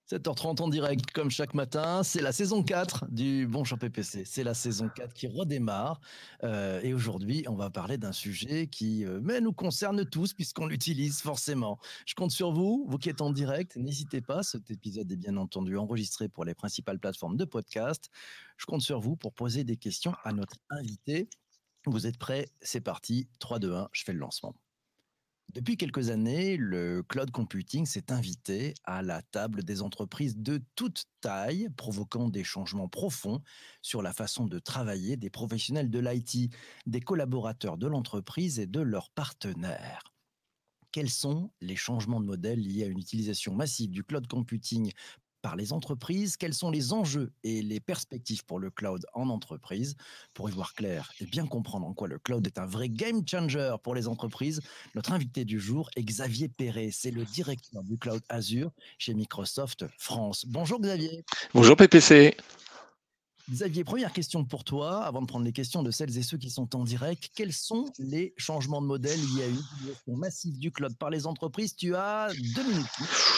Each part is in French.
7h30 en direct, comme chaque matin, c'est la saison 4 du Bon Champ PPC. C'est la saison 4 qui redémarre. Et aujourd'hui, on va parler d'un sujet qui nous concerne tous, puisqu'on l'utilise forcément. Je compte sur vous, vous qui êtes en direct. N'hésitez pas, cet épisode est bien entendu enregistré pour les principales plateformes de podcast. Je compte sur vous pour poser des questions à notre invité. Vous êtes prêts? C'est parti. 3, 2, 1, je fais le lancement. Depuis quelques années, le cloud computing s'est invité à la table des entreprises de toute taille, provoquant des changements profonds sur la façon de travailler des professionnels de l'IT, des collaborateurs de l'entreprise et de leurs partenaires. Quels sont les changements de modèle liés à une utilisation massive du cloud computing par les entreprises? Quels sont les enjeux et les perspectives pour le cloud en entreprise? Pour y voir clair et bien comprendre en quoi le cloud est un vrai game changer pour les entreprises, notre invité du jour est Xavier Perret. C'est le directeur du cloud Azure chez Microsoft France. Bonjour Xavier. Bonjour PPC. Xavier, première question pour toi, avant de prendre les questions de celles et ceux qui sont en direct. Quels sont les changements de modèle liés à une utilisation massive du cloud par les entreprises? Tu as 2 minutes.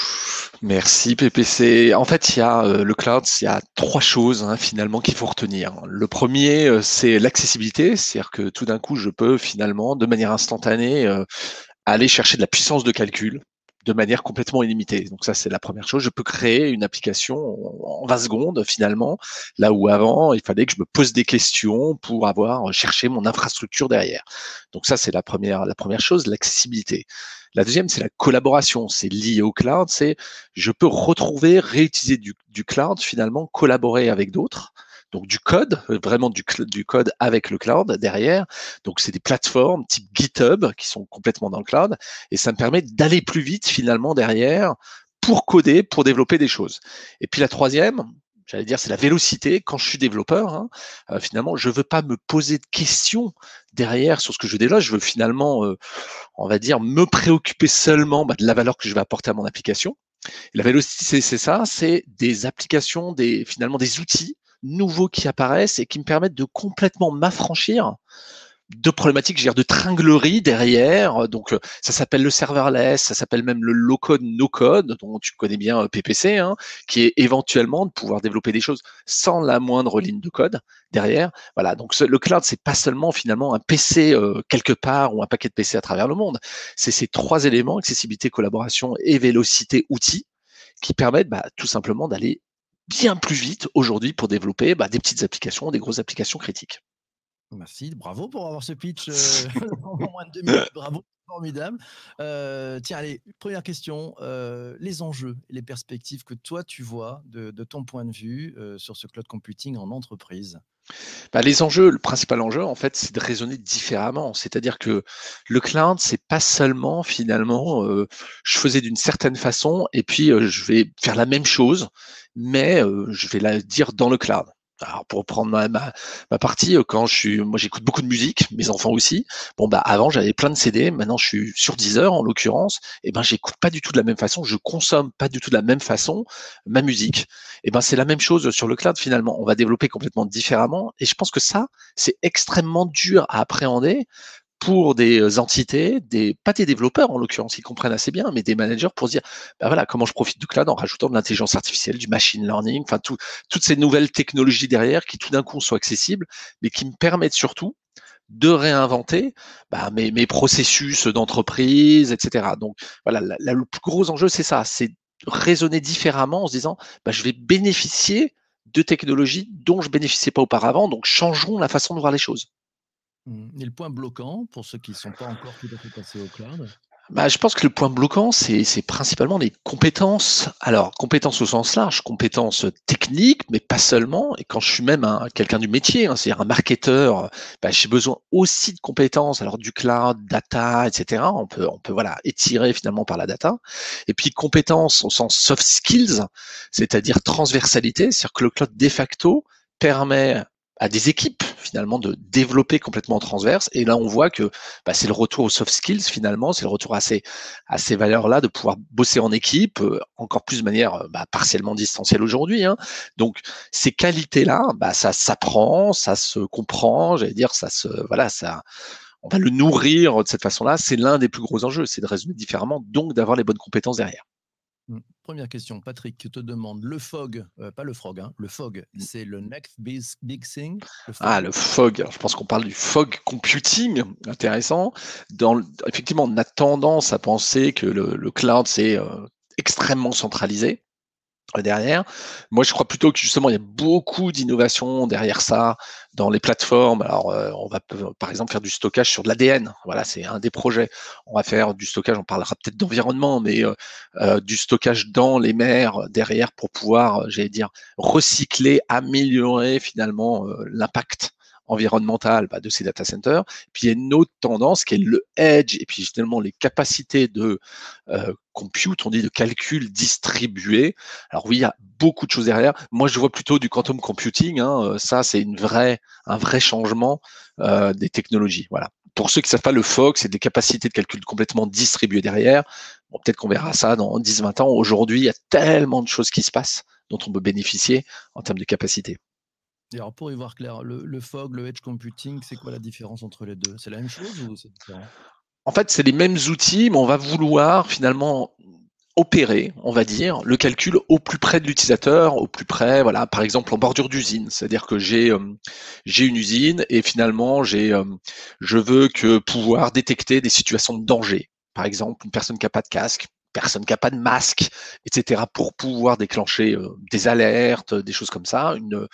Merci PPC. En fait, il y a le cloud, il y a trois choses finalement qu'il faut retenir. Le premier, c'est l'accessibilité, c'est-à-dire que tout d'un coup, je peux finalement, de manière instantanée, aller chercher de la puissance de calcul de manière complètement illimitée. Donc ça, c'est la première chose. Je peux créer une application en 20 secondes finalement, là où avant, il fallait que je me pose des questions pour avoir cherché mon infrastructure derrière. Donc ça, c'est la première chose, l'accessibilité. La deuxième, c'est la collaboration. C'est lié au cloud. C'est je peux retrouver, réutiliser du cloud finalement, collaborer avec d'autres. Donc du code, vraiment du code avec le cloud derrière. Donc c'est des plateformes type GitHub qui sont complètement dans le cloud et ça me permet d'aller plus vite finalement derrière pour coder, pour développer des choses. Et puis la troisième, j'allais dire, c'est la vélocité. Quand je suis développeur, finalement, je veux pas me poser de questions derrière sur ce que je développe. Je veux finalement, on va dire, me préoccuper seulement de la valeur que je vais apporter à mon application. Et la vélocité, c'est ça, c'est des applications, finalement des outils nouveaux qui apparaissent et qui me permettent de complètement m'affranchir de problématiques, je veux dire, de tringlerie derrière. Donc, ça s'appelle le serverless, ça s'appelle même le low-code, no-code, dont tu connais bien PPC, qui est éventuellement de pouvoir développer des choses sans la moindre ligne de code derrière. Voilà, donc le cloud, c'est pas seulement finalement un PC quelque part ou un paquet de PC à travers le monde. C'est ces trois éléments, accessibilité, collaboration et vélocité outils, qui permettent tout simplement d'aller bien plus vite aujourd'hui pour développer des petites applications, des grosses applications critiques. Merci, bravo pour avoir ce pitch en moins de 2 minutes. Bravo, formidable. Tiens, allez, première question, les enjeux et les perspectives que toi tu vois de ton point de vue, sur ce cloud computing en entreprise? Les enjeux, le principal enjeu, en fait, c'est de raisonner différemment. C'est-à-dire que le cloud, c'est pas seulement finalement, je faisais d'une certaine façon et puis je vais faire la même chose, mais je vais la dire dans le cloud. Alors pour prendre ma partie, moi j'écoute beaucoup de musique, mes enfants aussi. Bon avant j'avais plein de CD, maintenant je suis sur Deezer en l'occurrence, et j'écoute pas du tout de la même façon, je consomme pas du tout de la même façon ma musique. C'est la même chose sur le cloud finalement. On va développer complètement différemment. Et je pense que ça, c'est extrêmement dur à appréhender pour des entités, pas des développeurs en l'occurrence, qui comprennent assez bien, mais des managers pour se dire, voilà, comment je profite du cloud en rajoutant de l'intelligence artificielle, du machine learning, enfin toutes ces nouvelles technologies derrière qui tout d'un coup sont accessibles, mais qui me permettent surtout de réinventer mes processus d'entreprise, etc. Donc voilà, le plus gros enjeu, c'est ça, c'est raisonner différemment en se disant, je vais bénéficier de technologies dont je bénéficiais pas auparavant, donc changeons la façon de voir les choses. Et le point bloquant pour ceux qui ne sont pas encore tout à fait passés au cloud? Je pense que le point bloquant, c'est principalement les compétences. Alors, compétences au sens large, compétences techniques, mais pas seulement. Et quand je suis même quelqu'un du métier, c'est-à-dire un marketeur, j'ai besoin aussi de compétences. Alors, du cloud, data, etc. On peut voilà étirer finalement par la data. Et puis compétences au sens soft skills, c'est-à-dire transversalité, c'est-à-dire que le cloud de facto permet à des équipes finalement de développer complètement en transverse. Et là, on voit que c'est le retour aux soft skills finalement, c'est le retour à ces valeurs-là de pouvoir bosser en équipe, encore plus de manière partiellement distancielle aujourd'hui. Donc ces qualités-là, ça s'apprend, ça se comprend, j'allais dire, ça, on va le nourrir de cette façon-là. C'est l'un des plus gros enjeux, c'est de raisonner différemment, donc d'avoir les bonnes compétences derrière. Première question, Patrick te demande, le fog, pas le frog, hein, le fog, c'est le next big thing, le Ah, fog? le fog. Alors, je pense qu'on parle du fog computing, intéressant. Effectivement, on a tendance à penser que le cloud, c'est extrêmement centralisé derrière. Moi, je crois plutôt que justement, il y a beaucoup d'innovations derrière ça dans les plateformes. Alors, on va par exemple faire du stockage sur de l'ADN. Voilà, c'est un des projets. On va faire du stockage, on parlera peut-être d'environnement, mais du stockage dans les mers derrière pour pouvoir, j'allais dire, recycler, améliorer finalement l'impact environnemental de ces data centers. Puis il y a une autre tendance qui est le edge et puis finalement les capacités de compute, on dit de calcul distribué. Alors oui, il y a beaucoup de choses derrière. Moi, je vois plutôt du quantum computing. Ça, c'est un vrai changement des technologies. Voilà. Pour ceux qui ne savent pas, le fog, c'est des capacités de calcul complètement distribuées derrière. Bon, peut-être qu'on verra ça dans 10-20 ans. Aujourd'hui, il y a tellement de choses qui se passent dont on peut bénéficier en termes de capacité. Et alors pour y voir clair, le fog, le edge computing, c'est quoi la différence entre les 2? C'est la même chose ou c'est différent? En fait, c'est les mêmes outils, mais on va vouloir finalement opérer, on va dire, le calcul au plus près de l'utilisateur, au plus près, voilà, par exemple en bordure d'usine. C'est-à-dire que j'ai une usine et finalement je veux que pouvoir détecter des situations de danger. Par exemple, une personne qui n'a pas de casque, personne qui n'a pas de masque, etc., pour pouvoir déclencher des alertes, des choses comme ça,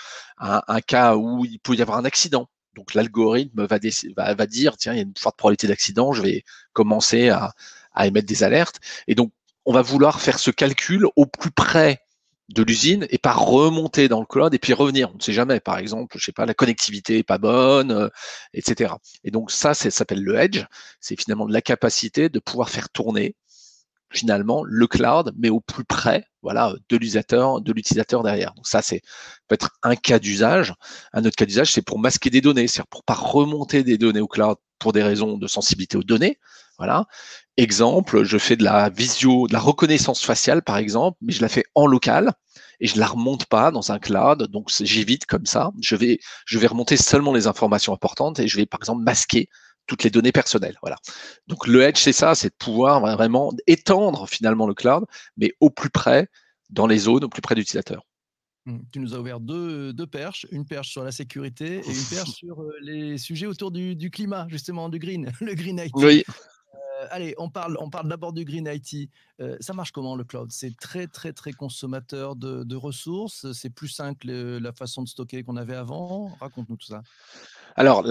un cas où il peut y avoir un accident. Donc l'algorithme va dire, tiens, il y a une forte probabilité d'accident, je vais commencer à émettre des alertes. Et donc, on va vouloir faire ce calcul au plus près de l'usine et pas remonter dans le cloud et puis revenir. On ne sait jamais, par exemple, je sais pas, la connectivité est pas bonne, etc. Et donc ça s'appelle le edge. C'est finalement la capacité de pouvoir faire tourner finalement le cloud, mais au plus près, voilà, de l'utilisateur derrière. Donc ça, c'est peut être un cas d'usage. Un autre cas d'usage, c'est pour masquer des données, c'est-à-dire pour pas remonter des données au cloud pour des raisons de sensibilité aux données. Voilà. Exemple, je fais de la reconnaissance faciale, par exemple, mais je la fais en local et je la remonte pas dans un cloud. Donc j'évite comme ça. Je vais remonter seulement les informations importantes et je vais, par exemple, masquer toutes les données personnelles. Voilà. Donc le edge, c'est ça, c'est de pouvoir vraiment étendre finalement le cloud, mais au plus près, dans les zones, au plus près d'utilisateurs. Tu nous as ouvert deux perches, une perche sur la sécurité et une perche sur les sujets autour du climat, justement, du green, le green IT. Oui. Allez, on parle d'abord du green IT. Ça marche comment le cloud? C'est très, très, très consommateur de ressources. C'est plus simple la façon de stocker qu'on avait avant. Raconte-nous tout ça. Alors,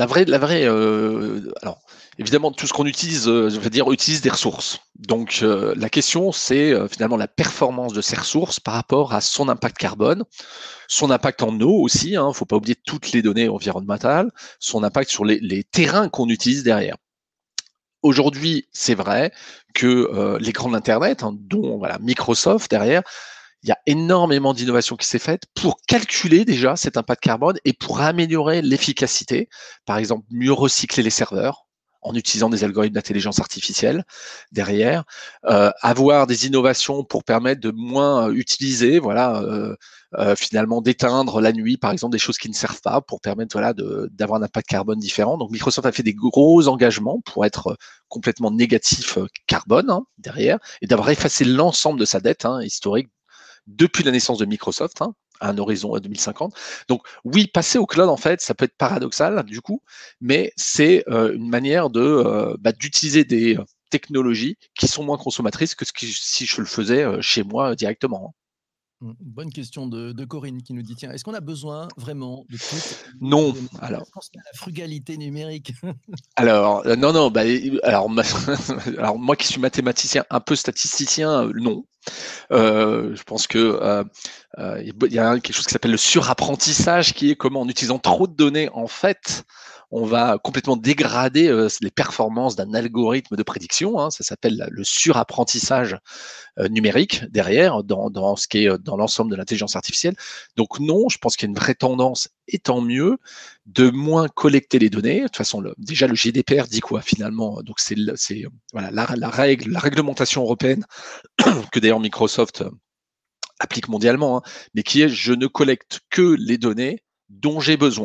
alors évidemment, tout ce qu'on utilise, je veux dire, utilise des ressources. Donc, la question, c'est finalement la performance de ces ressources par rapport à son impact carbone, son impact en eau aussi. Il ne faut pas oublier toutes les données environnementales, son impact sur les terrains qu'on utilise derrière. Aujourd'hui, c'est vrai que les grands Internet, dont voilà, Microsoft derrière, il y a énormément d'innovation qui s'est faite pour calculer déjà cet impact carbone et pour améliorer l'efficacité. Par exemple, mieux recycler les serveurs en utilisant des algorithmes d'intelligence artificielle derrière, avoir des innovations pour permettre de moins utiliser, voilà, finalement d'éteindre la nuit, par exemple, des choses qui ne servent pas pour permettre voilà, d'avoir un impact carbone différent. Donc Microsoft a fait des gros engagements pour être complètement négatif carbone derrière et d'avoir effacé l'ensemble de sa dette historique depuis la naissance de Microsoft, à un horizon 2050. Donc oui, passer au cloud, en fait, ça peut être paradoxal du coup, mais c'est une manière d'utiliser des technologies qui sont moins consommatrices que si je le faisais chez moi directement. Bonne question de Corinne qui nous dit, tiens, est-ce qu'on a besoin vraiment de toutes les Non, données? alors. Est-ce qu'on se met à la frugalité numérique? Alors, non, non, alors, alors moi qui suis mathématicien, un peu statisticien, non. Je pense que il y a quelque chose qui s'appelle le surapprentissage, qui est comment, en utilisant trop de données, en fait, on va complètement dégrader les performances d'un algorithme de prédiction. Ça s'appelle le surapprentissage numérique derrière, dans ce qui est dans l'ensemble de l'intelligence artificielle. Donc non, je pense qu'il y a une vraie tendance, et tant mieux, de moins collecter les données. De toute façon, déjà le GDPR dit quoi finalement? Donc c'est voilà, la réglementation européenne que d'ailleurs Microsoft applique mondialement, mais qui est je ne collecte que les données dont j'ai besoin.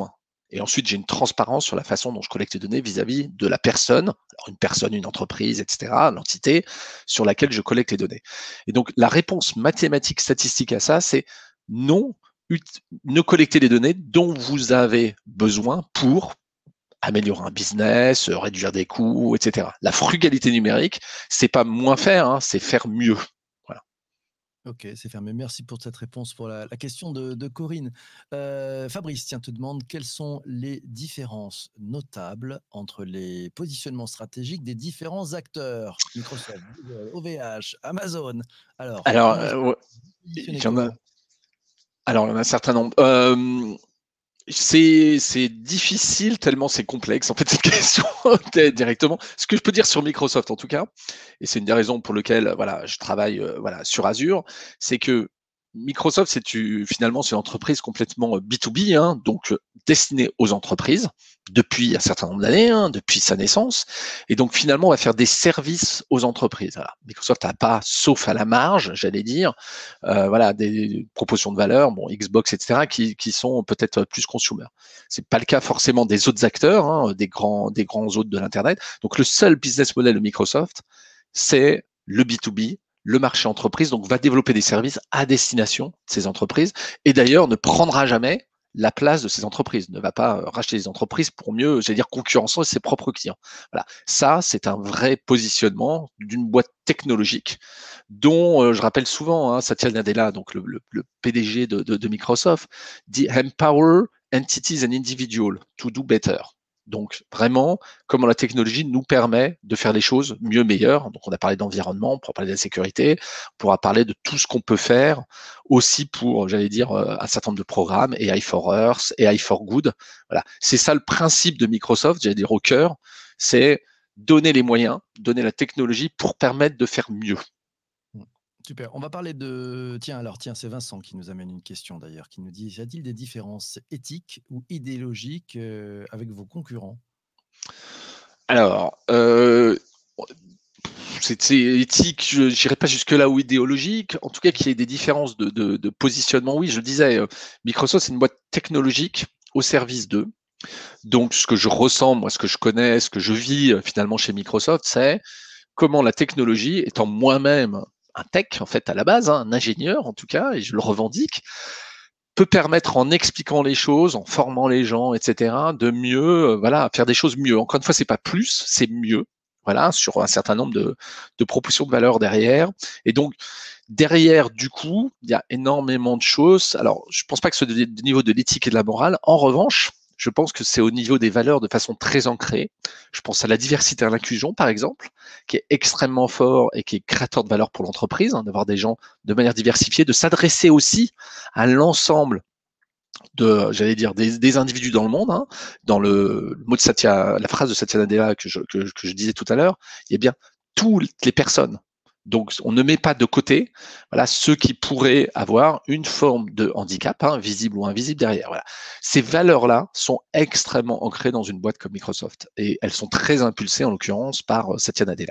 Et ensuite, j'ai une transparence sur la façon dont je collecte les données vis-à-vis de la personne, alors une personne, une entreprise, etc., l'entité sur laquelle je collecte les données. Et donc, la réponse mathématique statistique à ça, c'est non, ne collectez les données dont vous avez besoin pour améliorer un business, réduire des coûts, etc. La frugalité numérique, c'est pas moins faire, hein, c'est faire mieux. Voilà. Ok, c'est fermé. Merci pour cette réponse pour la question de Corinne. Fabrice, tiens, te demande quelles sont les différences notables entre les positionnements stratégiques des différents acteurs, Microsoft, Google, OVH, Amazon. Alors, Alors, comment ouais, il positionner y en a, comment? alors, il y en a un certain nombre. C'est difficile tellement c'est complexe. En fait, cette question directement. Ce que je peux dire sur Microsoft, en tout cas, et c'est une des raisons pour lesquelles voilà, je travaille voilà, sur Azure, c'est que Microsoft, finalement, c'est une entreprise complètement B2B, hein, donc destinée aux entreprises depuis un certain nombre d'années, hein, depuis sa naissance. Et donc, finalement, on va faire des services aux entreprises. Voilà. Microsoft n'a pas, sauf à la marge, j'allais dire, voilà, des propositions de valeur, bon, Xbox, etc., qui sont peut-être plus consumer. C'est pas le cas forcément des autres acteurs, hein, des grands autres de l'Internet. Donc, le seul business model de Microsoft, c'est le B2B, le marché entreprise, donc va développer des services à destination de ces entreprises, et d'ailleurs ne prendra jamais la place de ces entreprises, ne va pas racheter des entreprises pour mieux, j'allais dire, concurrencer ses propres clients. Voilà. Ça, c'est un vrai positionnement d'une boîte technologique dont je rappelle souvent, hein, Satya Nadella, donc le PDG de Microsoft, dit Empower entities and individuals to do better. Donc vraiment, comment la technologie nous permet de faire les choses mieux, meilleures. Donc on a parlé d'environnement, on pourra parler de la sécurité, on pourra parler de tout ce qu'on peut faire aussi pour, j'allais dire, un certain nombre de programmes, AI for Earth, AI for Good. Voilà, c'est ça le principe de Microsoft, j'allais dire au cœur, c'est donner les moyens, donner la technologie pour permettre de faire mieux. Super. On va parler de. Tiens, c'est Vincent qui nous amène une question d'ailleurs, qui nous dit: y a-t-il des différences éthiques ou idéologiques avec vos concurrents? Alors, c'est éthique, je n'irai pas jusque-là ou idéologique. En tout cas, qu'il y ait des différences de positionnement. Oui, je le disais, Microsoft, c'est une boîte technologique au service d'eux. Donc, ce que je ressens, moi, ce que je connais, ce que je vis finalement chez Microsoft, c'est comment la technologie, étant moi-même un tech, en fait, à la base, hein, un ingénieur en tout cas, et je le revendique, peut permettre en expliquant les choses, en formant les gens, etc., de mieux, voilà, faire des choses mieux. Encore une fois, c'est pas plus, c'est mieux. Voilà, sur un certain nombre de propositions de valeur derrière. Et donc, derrière, du coup, il y a énormément de choses. Alors, je pense pas que ce soit du niveau de l'éthique et de la morale. En revanche, je pense que c'est au niveau des valeurs de façon très ancrée. Je pense à la diversité et à l'inclusion, par exemple, qui est extrêmement fort et qui est créateur de valeur pour l'entreprise, hein, d'avoir des gens de manière diversifiée, de s'adresser aussi à l'ensemble j'allais dire, des individus dans le monde, hein, dans le mot de Satya, la phrase de Satya Nadella que je disais tout à l'heure, il y a bien toutes les personnes. Donc, on ne met pas de côté, voilà, ceux qui pourraient avoir une forme de handicap, hein, visible ou invisible derrière. Voilà. Ces valeurs-là sont extrêmement ancrées dans une boîte comme Microsoft et elles sont très impulsées, en l'occurrence, par Satya Nadella.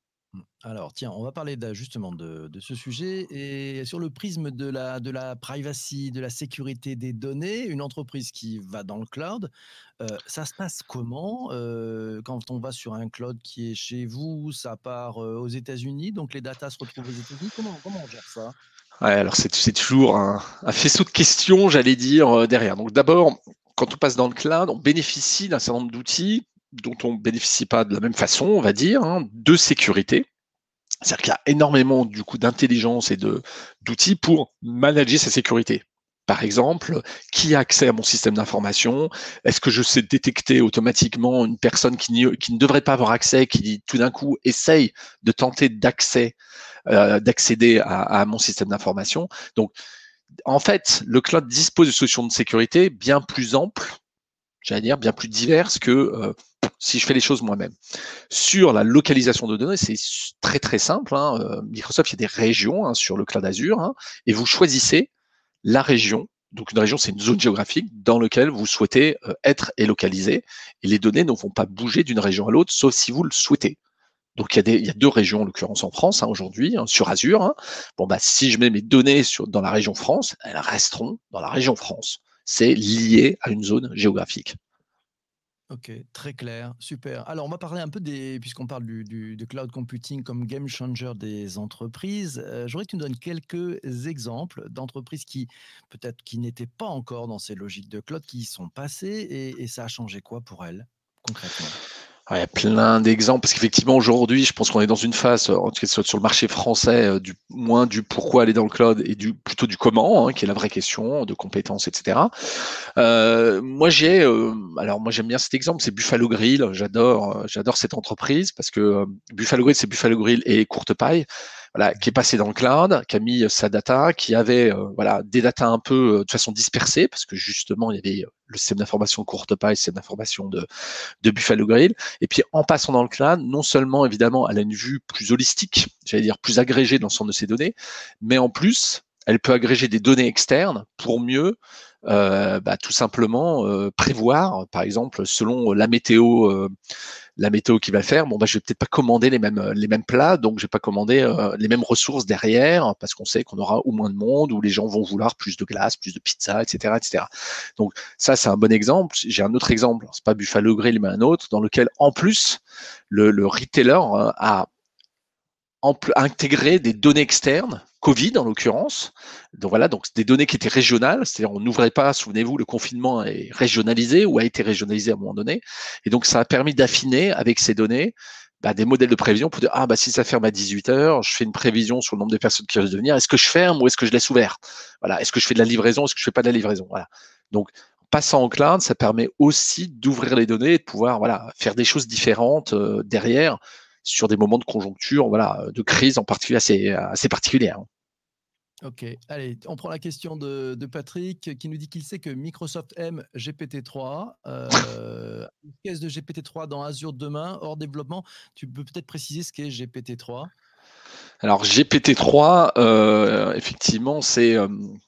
Alors, tiens, on va parler justement de ce sujet et sur le prisme de la privacy, de la sécurité des données, une entreprise qui va dans le cloud, ça se passe comment quand on va sur un cloud qui est chez vous, ça part aux États-Unis, donc les datas se retrouvent aux États-Unis. Comment on gère ça? Ouais, alors c'est toujours un faisceau de questions, j'allais dire, derrière. Donc d'abord, quand on passe dans le cloud, on bénéficie d'un certain nombre d'outils dont on ne bénéficie pas de la même façon, on va dire, hein, de sécurité. C'est-à-dire qu'il y a énormément du coup d'intelligence et d'outils pour manager sa sécurité. Par exemple, qui a accès à mon système d'information? Est-ce que je sais détecter automatiquement une personne qui ne devrait pas avoir accès, qui tout d'un coup essaye de tenter d'accéder à mon système d'information? Donc, en fait, le cloud dispose de solutions de sécurité bien plus amples, j'allais dire, bien plus diverses que si je fais les choses moi-même. Sur la localisation de données, c'est très très simple, hein. Microsoft, il y a des régions, hein, sur le cloud Azure, hein, et vous choisissez la région. Donc une région, c'est une zone géographique dans laquelle vous souhaitez être et localiser. Et les données ne vont pas bouger d'une région à l'autre, sauf si vous le souhaitez. Donc il y a deux régions, en l'occurrence en France, hein, aujourd'hui, hein, sur Azure, hein. Bon, bah, si je mets mes données dans la région France, elles resteront dans la région France. C'est lié à une zone géographique. Ok, très clair, super. Alors, on va parler un peu puisqu'on parle de cloud computing comme game changer des entreprises. J'aurais que tu me donnes quelques exemples d'entreprises qui, peut-être, qui n'étaient pas encore dans ces logiques de cloud, qui y sont passées et ça a changé quoi pour elles, concrètement? Ouais, il y a plein d'exemples parce qu'effectivement aujourd'hui, je pense qu'on est dans une phase, en tout cas sur le marché français, du moins du pourquoi aller dans le cloud et plutôt du comment, hein, qui est la vraie question de compétences, etc. Alors moi j'aime bien cet exemple, c'est Buffalo Grill. J'adore cette entreprise parce que Buffalo Grill, c'est Buffalo Grill et Courte Paille, voilà, qui est passé dans le cloud, qui a mis sa data, qui avait voilà des datas un peu de façon dispersée parce que justement il y avait le système d'information Courte Paille, le système d'information de Buffalo Grill. Et puis en passant dans le cloud, non seulement évidemment elle a une vue plus holistique, j'allais dire plus agrégée de l'ensemble de ces données, mais en plus elle peut agréger des données externes pour mieux tout simplement prévoir, par exemple, selon la météo qu'il va faire. Bon, je vais peut-être pas commander les mêmes plats, donc je vais pas commander les mêmes ressources derrière, parce qu'on sait qu'on aura au moins de monde, où les gens vont vouloir plus de glace, plus de pizza, etc., etc. Donc ça, c'est un bon exemple. J'ai un autre exemple, c'est pas Buffalo Grill, mais un autre, dans lequel en plus le retailer a intégrer des données externes, Covid en l'occurrence. Donc voilà, donc des données qui étaient régionales, c'est-à-dire on n'ouvrait pas, souvenez-vous, le confinement est régionalisé ou a été régionalisé à un moment donné. Et donc ça a permis d'affiner avec ces données des modèles de prévision pour dire si ça ferme à 18h, je fais une prévision sur le nombre de personnes qui risquent de venir. Est-ce que je ferme ou est-ce que je laisse ouvert? Voilà, est-ce que je fais de la livraison, est-ce que je fais pas de la livraison? Voilà. Donc passant en cloud, ça permet aussi d'ouvrir les données et de pouvoir faire des choses différentes derrière sur des moments de conjoncture, de crise en particulier assez particulière. Ok, allez, on prend la question de Patrick qui nous dit qu'il sait que Microsoft aime GPT-3. Une caisse de GPT-3 dans Azure demain, hors développement. Tu peux peut-être préciser ce qu'est GPT-3? Alors GPT-3, effectivement, c'est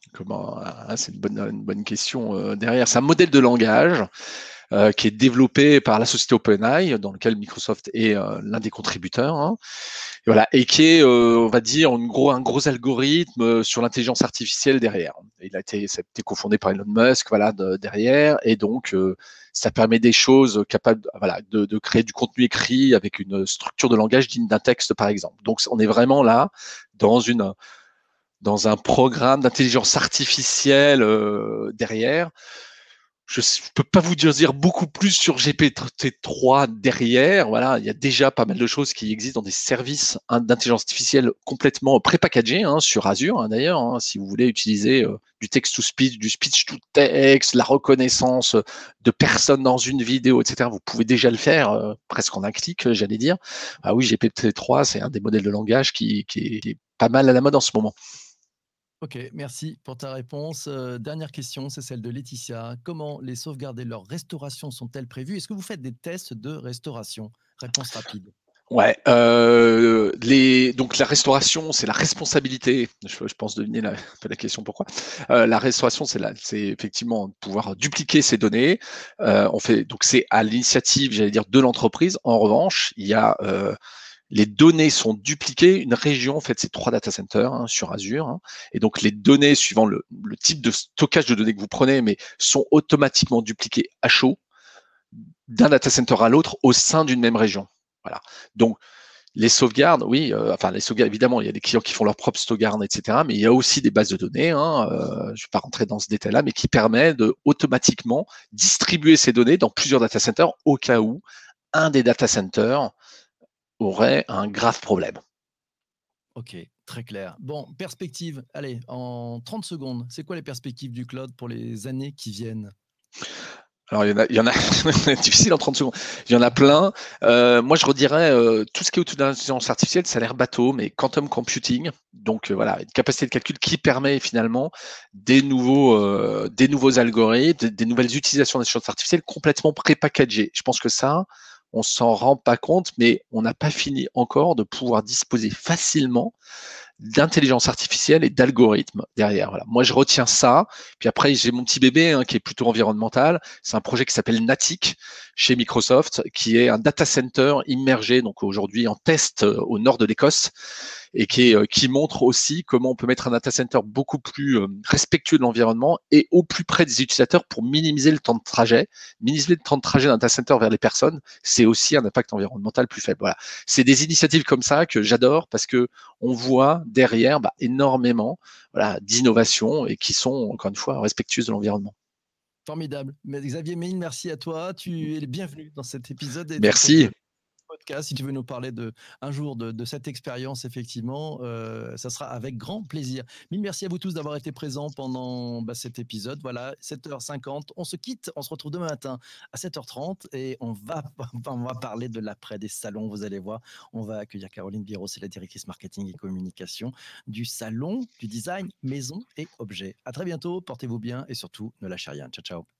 c'est une bonne question derrière. C'est un modèle de langage qui est développé par la société OpenAI, dans lequel Microsoft est l'un des contributeurs, hein. Et voilà, et qui est, on va dire, un gros algorithme sur l'intelligence artificielle derrière. Ça a été cofondé par Elon Musk, derrière, et donc ça permet des choses capables, de créer du contenu écrit avec une structure de langage digne d'un texte, par exemple. Donc, on est vraiment là dans dans un programme d'intelligence artificielle derrière. Je ne peux pas vous dire beaucoup plus sur GPT-3 derrière. Voilà, il y a déjà pas mal de choses qui existent dans des services d'intelligence artificielle complètement prépackagés sur Azure, d'ailleurs. Si vous voulez utiliser du text-to-speech, du speech-to-text, la reconnaissance de personnes dans une vidéo, etc., vous pouvez déjà le faire presque en un clic, j'allais dire. Ah oui, GPT-3, c'est un des modèles de langage qui est pas mal à la mode en ce moment. Ok, merci pour ta réponse. Dernière question, c'est celle de Laetitia. Comment les sauvegarder leur restauration sont-elles prévues? Est-ce que vous faites des tests de restauration? Réponse rapide. Ouais, donc la restauration, c'est la responsabilité. Je pense deviner un peu la question pourquoi. La restauration, c'est effectivement de pouvoir dupliquer ces données. Donc c'est à l'initiative, j'allais dire, de l'entreprise. En revanche, il y a les données sont dupliquées. Une région, en fait, c'est 3 data centers sur Azure. Et donc les données, suivant le type de stockage de données que vous prenez, mais sont automatiquement dupliquées à chaud d'un data center à l'autre au sein d'une même région. Voilà. Donc les sauvegardes, oui, les sauvegardes, évidemment, il y a des clients qui font leur propre sauvegarde, etc. Mais il y a aussi des bases de données, je ne vais pas rentrer dans ce détail-là, mais qui permet de automatiquement distribuer ces données dans plusieurs data centers au cas où un des data centers aurait un grave problème. Ok, très clair. Bon, perspective, allez, en 30 secondes, c'est quoi les perspectives du cloud pour les années qui viennent? Alors, il y en a difficile en 30 secondes. Il y en a plein. Moi, je redirais tout ce qui est autour de l'intelligence artificielle, ça a l'air bateau, mais quantum computing, donc voilà, une capacité de calcul qui permet finalement des nouveaux algorithmes, des nouvelles utilisations d'intelligence artificielle complètement prépackagées. Je pense que ça, on s'en rend pas compte, mais on n'a pas fini encore de pouvoir disposer facilement d'intelligence artificielle et d'algorithmes derrière. Voilà. Moi, je retiens ça. Puis après, j'ai mon petit bébé qui est plutôt environnemental. C'est un projet qui s'appelle Natic chez Microsoft, qui est un data center immergé, donc aujourd'hui en test au nord de l'Écosse, et qui montre aussi comment on peut mettre un data center beaucoup plus respectueux de l'environnement et au plus près des utilisateurs pour minimiser le temps de trajet. Minimiser le temps de trajet d'un data center vers les personnes, c'est aussi un impact environnemental plus faible. Voilà. C'est des initiatives comme ça que j'adore parce que on voit derrière énormément d'innovations et qui sont, encore une fois, respectueuses de l'environnement. Formidable. Mais Xavier Meyn, merci à toi. Tu es le bienvenu dans cet épisode et dans Merci. podcast. Si tu veux nous parler un jour de cette expérience, effectivement, ça sera avec grand plaisir. Mille merci à vous tous d'avoir été présents pendant cet épisode. Voilà, 7h50. On se quitte. On se retrouve demain matin à 7h30 et on va parler de l'après des salons. Vous allez voir, on va accueillir Caroline Biro, c'est la directrice marketing et communication du salon du design maison et objets. À très bientôt. Portez-vous bien et surtout, ne lâchez rien. Ciao, ciao.